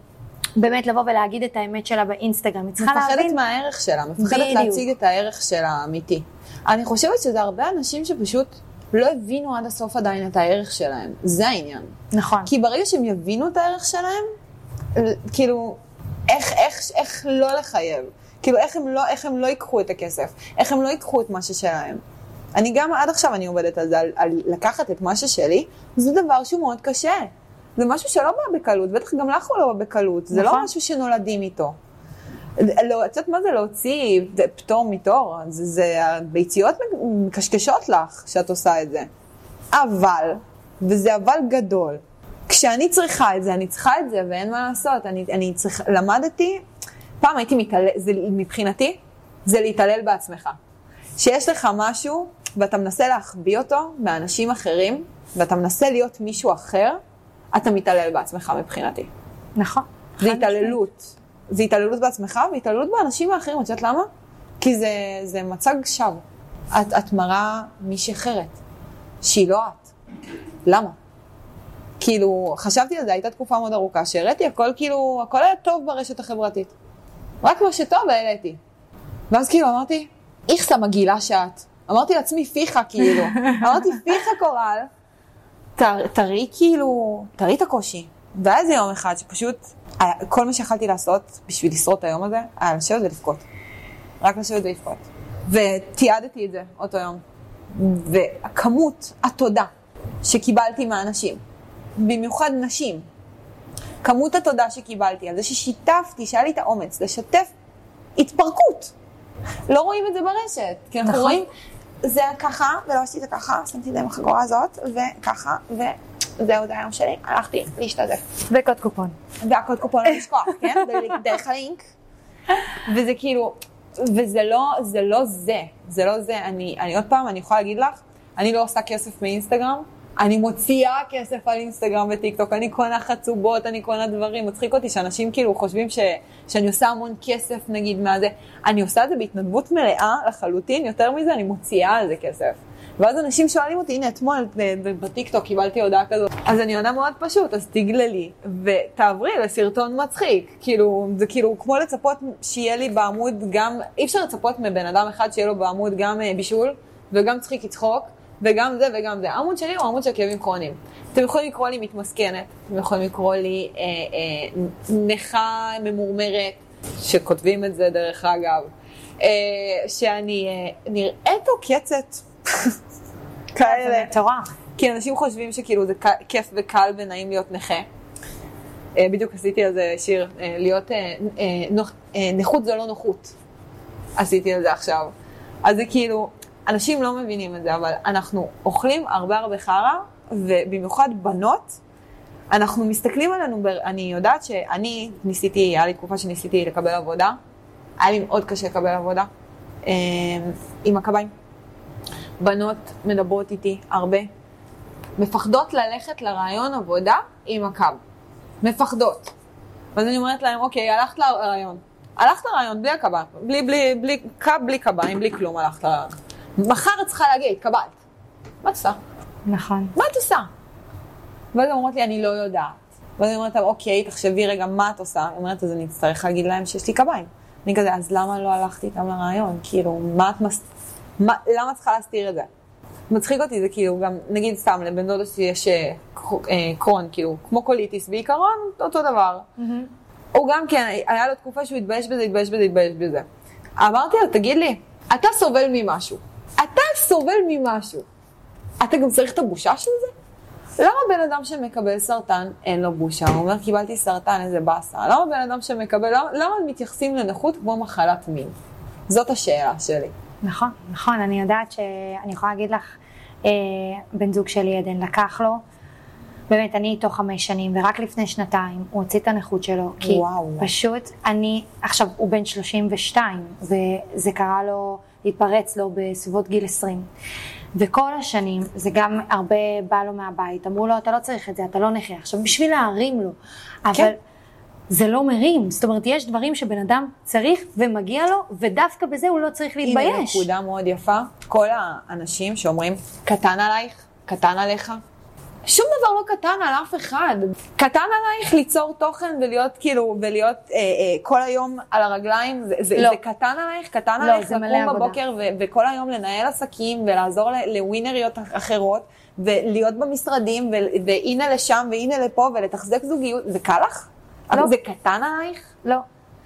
C: באמת לבוא ולהגיד את האמת שלה באינסטגרם.
B: מפחדת להבין... מהערך שלה, מפחדת בדיוק. להציג את הערך שלה האמיתי. אני חושבת שזה הרבה אנשים שפשוט לא הבינו עד הסוף עדיין את הערך שלהם. זה העניין.
C: נכון.
B: כי ברגע שהם יבינו את הערך שלהם, כאילו... איך, איך, איך לא לחייב? כאילו, איך הם לא, איך הם לא ייקחו את הכסף? איך הם לא ייקחו את מה ששלהם? אני גם עד עכשיו אני עובדת על זה, על, על לקחת את מה ששלי, זה דבר שהוא מאוד קשה. זה משהו שלא בא בקלות, בטח גם לך הוא לא בא בקלות, זה לא משהו שנולדים איתו. לא, את יודעת מה זה להוציא פטור מתור? זה, זה ביציות מקשקשות לך שאת עושה את זה. אבל, וזה אבל גדול, כשאני צריכה את זה, אני צריכה את זה ואין מה לעשות. אני, אני צריך, למדתי, פעם הייתי מתעלל, זה, מבחינתי, זה להתעלל בעצמך. שיש לך משהו ואתה מנסה להחביא אותו מאנשים אחרים, ואתה מנסה להיות מישהו אחר, אתה מתעלל בעצמך מבחינתי.
C: נכון.
B: זה התעללות. זה התעללות בעצמך והתעללות באנשים האחרים. את יודעת למה? כי זה, זה מצג שווא. את, את מראה מישהי אחרת, שהיא לא את. למה? כאילו, חשבתי על זה, הייתה תקופה מאוד ארוכה, שהראיתי הכל כאילו, הכל היה טוב ברשת החברתית. רק מה שטוב העליתי. ואז כאילו אמרתי, איך שמה מגעילה שאת? אמרתי לעצמי פיחה כאילו. אמרתי פיחה קורל, תר, תראי כאילו, תראי את הקושי. והיה איזה יום אחד שפשוט, כל מה שיכלתי לעשות בשביל לשרוד את היום הזה, היה לשבת ולבכות. רק לשבת ולבכות. ותיעדתי את זה אותו יום. וכמות התודה שקיבלתי מהאנשים, במיוחד נשים, כמות התודה שקיבלתי על זה ששיתפתי, שהיה לי את האומץ לשתף התפרקות. לא רואים את זה ברשת, כי אנחנו רואים, זה ככה, ולא עשיתי את זה ככה, שמתי את זה עם החגורה הזאת, וככה, וזהו, זה היום שלי, הלכתי להשתתף.
C: וקוד קופון.
B: והקוד קופון לא לשכוח, כן? דרך הלינק. וזה כאילו, וזה לא, זה לא זה, זה לא זה. אני, אני עוד פעם, אני יכולה להגיד לך, אני לא עושה כסף מאינסטגרם, אני מוציאה כסף על אינסטגרם וטיקטוק, אני קונה חצובות, אני קונה דברים, מצחיק אותי שאנשים כאילו חושבים ש, שאני עושה המון כסף נגיד מה זה, אני עושה את זה בהתנדבות מלאה לחלוטין, יותר מזה אני מוציאה על זה כסף. ואז אנשים שואלים אותי, הנה אתמול בטיקטוק קיבלתי הודעה כזאת, אז אני עונה מאוד פשוט, אז תגללי ותעברי לסרטון מצחיק, כאילו זה כאילו כמו לצפות שיהיה לי בעמוד גם, אי אפשר לצפות מבן אדם אחד שיהיה לו בעמוד גם בישול וגם צחיק יצחוק, וגם זה וגם זה. העמוד שלי הוא עמוד של כאבים כרוניים. אתם יכולים לקרוא לי מתמסכנת, אתם יכולים לקרוא לי אה, אה, נכה ממורמרת, שכותבים את זה דרך אגב, אה, שאני אה, נראית עוקצת כאלה.
C: זה תורה.
B: כי אנשים חושבים שכאילו זה כיף וקל ונעים להיות נכה. אה, בדיוק עשיתי על זה שיר, אה, להיות אה, אה, נוח, אה, נכות זה לא נוחות. עשיתי על זה עכשיו. אז זה כאילו, אנשים לא מבינים את זה, אבל אנחנו אוכלים הרבה הרבה חרה, ובמיוחד בנות, אנחנו מסתכלים עלינו, אני יודעת שאני ניסיתי, היה לי תקופה שניסיתי לקבל עבודה, היה לי מאוד קשה לקבל עבודה, עם הקביים. בנות מדברות איתי הרבה, מפחדות ללכת לרעיון עבודה עם הקב. מפחדות. ואז אני אומרת להם, אוקיי, הלכת לרעיון. הלכת לרעיון בלי הקביים, בלי, בלי, בלי, קב, בלי קביים, בלי כלום הלכת לרעיון. מחר את צריכה להגיד, קבלת. מה את עושה?
C: נכון.
B: מה את עושה? ואז אומרת לי, אני לא יודעת. ואז אני אומרת לה, אוקיי, תחשבי רגע, מה את עושה? היא אומרת, אז אני אצטרך להגיד להם שיש לי קביים. אני כזה, אז למה לא הלכתי איתם לרעיון? כאילו, מה את מס... מה... למה את צריכה להסתיר את זה? מצחיק אותי, זה כאילו, גם, נגיד סתם, לבן דודה שיש אה, קרון, כאילו, כמו קוליטיס, בעיקרון, אותו דבר. Mm-hmm. הוא גם כן, היה לו תקופה שהוא התבייש בזה, התבייש בזה, התבייש בזה. אמרתי לו, תגיד לי, אתה סובל ממשהו. אתה סובל ממשהו. אתה גם צריך את הבושה של זה? למה בן אדם שמקבל סרטן אין לו בושה? הוא אומר, קיבלתי סרטן, איזה באסה. למה בן אדם שמקבל, למה, למה מתייחסים לנכות כמו מחלת מין? זאת השאלה שלי.
C: נכון, נכון. אני יודעת שאני יכולה להגיד לך, אה, בן זוג שלי עדן לקח לו, באמת, אני איתו חמש שנים, ורק לפני שנתיים הוא הוציא את הנכות שלו, כי וואו. פשוט אני, עכשיו הוא בן שלושים ושתיים, וזה קרה לו, להתפרץ לו בסביבות גיל עשרים. וכל השנים, זה גם הרבה בא לו מהבית, אמרו לו, אתה לא צריך את זה, אתה לא נכה. עכשיו, בשביל להרים לו, אבל כן. זה לא מרים. זאת אומרת, יש דברים שבן אדם צריך ומגיע לו, ודווקא בזה הוא לא צריך להתבייש.
B: הנה נקודה מאוד יפה. כל האנשים שאומרים, קטן עלייך, קטן עליך, שום דבר לא קטן על אף אחד. קטן עלייך ליצור תוכן ולהיות כאילו, ולהיות אה, אה, כל היום על הרגליים, זה, זה,
C: לא.
B: זה קטן עלייך, קטן
C: לא,
B: עלייך לקום בבוקר ו- וכל היום לנהל עסקים ולעזור לווינריות אחרות ולהיות במשרדים ו- והנה לשם והנה לפה ולתחזק זוגיות. זה קל לך?
C: לא.
B: זה קטן עלייך?
C: לא.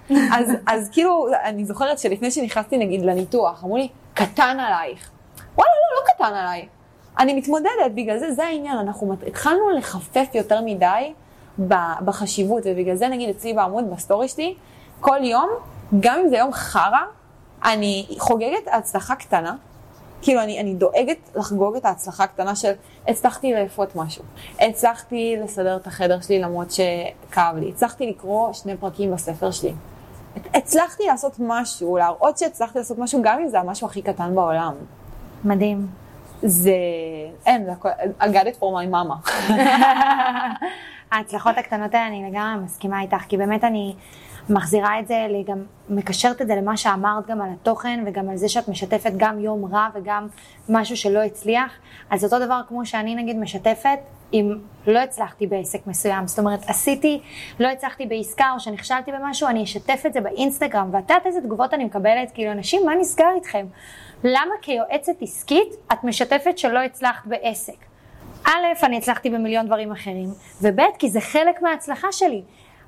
B: אז, אז כאילו, אני זוכרת שלפני שנכנסתי נגיד לניתוח, אמרו לי, קטן עלייך. וואלה, לא, לא קטן עליי. אני מתמודדת, בגלל זה, זה העניין, אנחנו התחלנו לחפף יותר מדי בחשיבות, ובגלל זה נגיד אצלי בעמוד, בסטורי שלי, כל יום, גם אם זה יום חרה, אני חוגגת הצלחה קטנה, כאילו אני, אני דואגת לחגוג את ההצלחה הקטנה של הצלחתי לאפות משהו, הצלחתי לסדר את החדר שלי למרות שכאב לי, הצלחתי לקרוא שני פרקים בספר שלי, הצלחתי לעשות משהו, להראות שהצלחתי לעשות משהו, גם אם זה המשהו הכי קטן בעולם.
C: מדהים.
B: זה, אין, זה הכל, I got it for my mama.
C: ההצלחות הקטנות האלה, אני לגמרי מסכימה איתך, כי באמת אני מחזירה את זה, גם מקשרת את זה למה שאמרת גם על התוכן, וגם על זה שאת משתפת גם יום רע, וגם משהו שלא הצליח. אז אותו דבר כמו שאני נגיד משתפת, אם לא הצלחתי בעסק מסוים, זאת אומרת, עשיתי, לא הצלחתי בעסקה, או שנכשלתי במשהו, אני אשתף את זה באינסטגרם, ואת יודעת איזה תגובות אני מקבלת, כאילו, אנשים, מה נסגר איתכם? למה כיועצת עסקית את משתפת שלא הצלחת בעסק? א', אני הצלחתי במיליון דברים אחרים, וב', כי זה חלק מההצלחה שלי.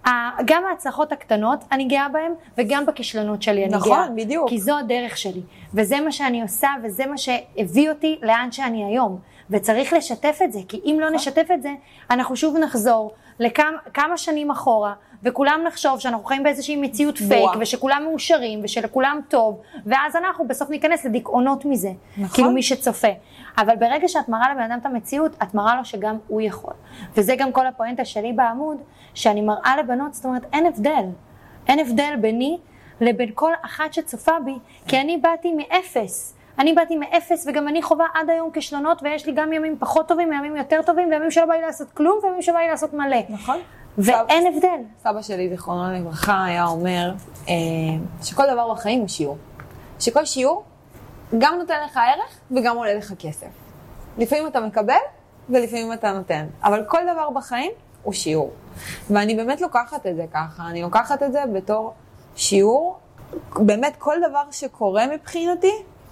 C: גם ההצלחות הקטנות אני גאה בהן, וגם בכישלונות שלי אני גאה.
B: נכון, בדיוק.
C: כי זו הדרך שלי, וזה מה שאני עושה, וזה מה שהביא אותי לאן שאני היום. וצריך לשתף את זה, כי אם לא נשתף את זה, אנחנו שוב נחזור לכמה שנים אחורה, וכולם נחשוב שאנחנו חיים באיזושהי מציאות פייק, ושכולם מאושרים, ושלכולם טוב, ואז אנחנו בסוף ניכנס לדיכאונות מזה,
B: נכון.
C: כאילו מי שצופה. אבל ברגע שאת מראה לבן אדם את המציאות, את מראה לו שגם הוא יכול. וזה גם כל הפואנטה שלי בעמוד, שאני מראה לבנות, זאת אומרת, אין הבדל. אין הבדל ביני לבין כל אחת שצופה בי, כי אני באתי מאפס. אני באתי מאפס, וגם אני חווה עד היום כישלונות, ויש לי גם ימים פחות טובים, ימים יותר טובים, וימים שלא בא לי לעשות כלום, וימים שבא לי לעשות מלא.
B: נכון.
C: ואין
B: סבא,
C: הבדל.
B: סבא שלי, זיכרונו לברכה, היה אומר אה, שכל דבר בחיים הוא שיעור. שכל שיעור גם נותן לך ערך, וגם עולה לך כסף. לפעמים אתה מקבל, ולפעמים אתה נותן. אבל כל דבר בחיים הוא שיעור. ואני באמת לוקחת את זה ככה. אני לוקחת את זה בתור שיעור. באמת כל דבר שקורה מבחינתי,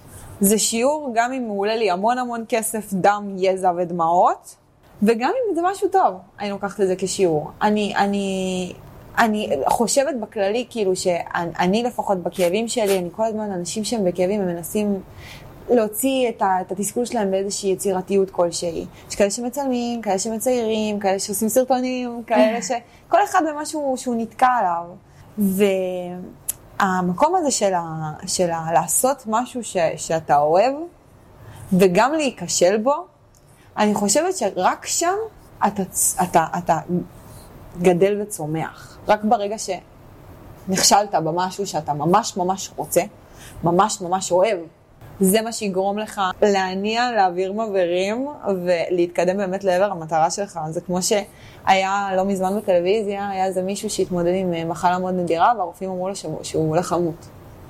B: זה שיעור, גם אם הוא עולה לי המון המון כסף, דם, יזע ודמעות, וגם אם זה משהו טוב, אני לוקחת את זה כשיעור. אני, אני, אני חושבת בכללי, כאילו שאני לפחות בכאבים שלי, אני כל הזמן, אנשים שהם בכאבים, הם מנסים להוציא את, ה, את התסכול שלהם באיזושהי יצירתיות כלשהי. יש כאלה שמצלמים, כאלה שמציירים, כאלה שעושים סרטונים, כאלה ש... כל אחד במשהו שהוא נתקע עליו. ו... המקום הזה של, ה, של ה, לעשות משהו ש, שאתה אוהב, וגם להיכשל בו, אני חושבת שרק שם אתה, אתה, אתה גדל וצומח. רק ברגע שנכשלת במשהו שאתה ממש ממש רוצה, ממש ממש אוהב, זה מה שיגרום לך להניע, להעביר מברים, ולהתקדם באמת לעבר המטרה שלך. זה כמו שהיה לא מזמן בטלוויזיה, היה איזה מישהו שהתמודד עם מחלה מאוד נדירה, והרופאים אמרו לו שהוא הולך למות.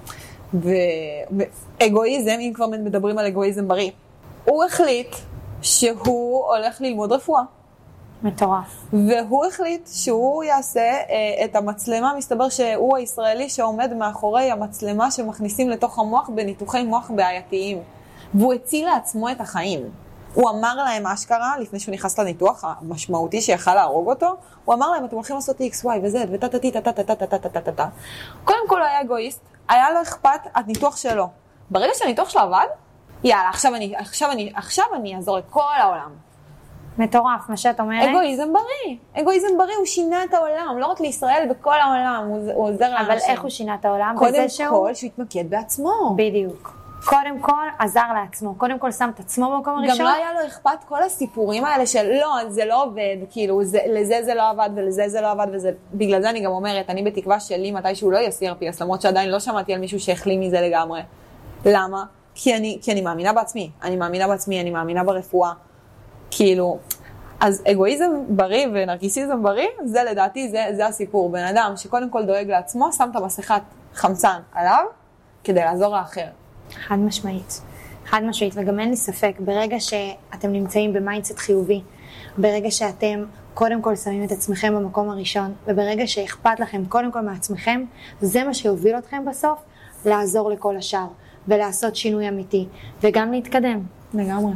B: ואגואיזם, אם כבר מדברים על אגואיזם בריא, הוא החליט שהוא הולך ללמוד רפואה.
C: מטורף.
B: והוא החליט שהוא יעשה אה, את המצלמה, מסתבר שהוא הישראלי שעומד מאחורי המצלמה שמכניסים לתוך המוח בניתוחי מוח בעייתיים. והוא הציל לעצמו את החיים. הוא אמר להם אשכרה, לפני שהוא נכנס לניתוח המשמעותי שיכל להרוג אותו, הוא אמר להם, אתם הולכים לעשות X, Y ו-Z וטטטי, טטטי, טטטי, טטטי. קודם כל הוא היה אגואיסט, היה לו אכפת הניתוח שלו. ברגע שהניתוח שלו עבד, יאללה, עכשיו אני, עכשיו אני, עכשיו אני אעזור לכל העולם.
C: מטורף, מה שאת אומרת?
B: אגואיזם בריא. אגואיזם בריא, הוא שינה את העולם, לא רק לישראל, בכל העולם, הוא, הוא עוזר לאנשים.
C: אבל איך הוא שינה את העולם?
B: קודם כל,
C: שהוא...
B: שהוא התמקד בעצמו.
C: בדיוק. קודם כל, עזר לעצמו. קודם כל, שם את עצמו במקום הראשון.
B: גם לא היה לו אכפת כל הסיפורים האלה של לא, זה לא עובד, כאילו, זה, לזה זה לא עבד ולזה זה לא עבד, וזה... בגלל זה אני גם אומרת, אני בתקווה שלי מתישהו לא יהיה סי אר פי אס, למרות שעדיין לא שמעתי על מישהו שהחלים מזה לגמרי. למה? כי אני, כי אני מאמינה בעצמי. אני מאמינה בעצמי, אני מאמינה ברפואה. כאילו, אז אגואיזם בריא ונרקיסיזם בריא, זה לדעתי, זה, זה הסיפור. בן אדם שקודם כל דואג לעצמו, שם את המסכת חמצן עליו, כדי לעזור לאחר.
C: חד משמעית. חד משמעית, וגם אין לי ספק, ברגע שאתם נמצאים במיינדסט חיובי, ברגע שאתם קודם כל שמים את עצמכם במקום הראשון, וברגע שאכפת לכם קודם כל מעצמכם, זה מה שיוביל אתכם בסוף, לעזור לכל השאר, ולעשות שינוי אמיתי, וגם להתקדם.
B: לגמרי.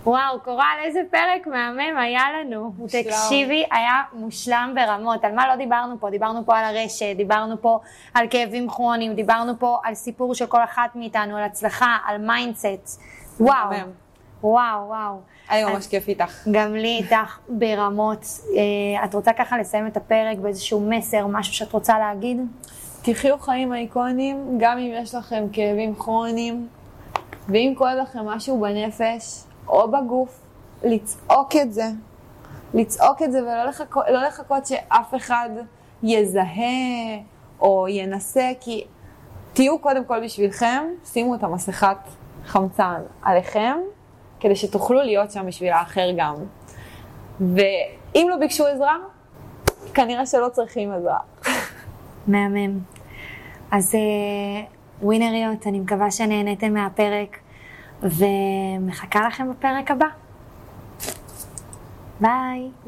C: וואו, קורל, איזה פרק מהמם היה לנו.
B: מושלם.
C: תקשיבי, היה מושלם ברמות. על מה לא דיברנו פה? דיברנו פה על הרשת, דיברנו פה על כאבים כרוניים, דיברנו פה על סיפור של כל אחת מאיתנו, על הצלחה, על מיינדסט. וואו,
B: מהמם.
C: וואו, וואו.
B: היה ממש כיף איתך.
C: גם לי איתך ברמות. אה, את רוצה ככה לסיים את הפרק באיזשהו מסר, משהו שאת רוצה להגיד?
B: תחיו חיים אייקונים, גם אם יש לכם כאבים כרוניים, ואם כואב לכם משהו בנפש או בגוף, לצעוק את זה. לצעוק את זה ולא לחכות, לא לחכות שאף אחד יזהה או ינסה, כי תהיו קודם כל בשבילכם, שימו את המסכת חמצן עליכם, כדי שתוכלו להיות שם בשביל האחר גם. ואם לא ביקשו עזרה, כנראה שלא צריכים עזרה.
C: מהמם. אז ווינריות, אני מקווה שנהניתם מהפרק, ומחכה לכם בפרק הבא. ביי.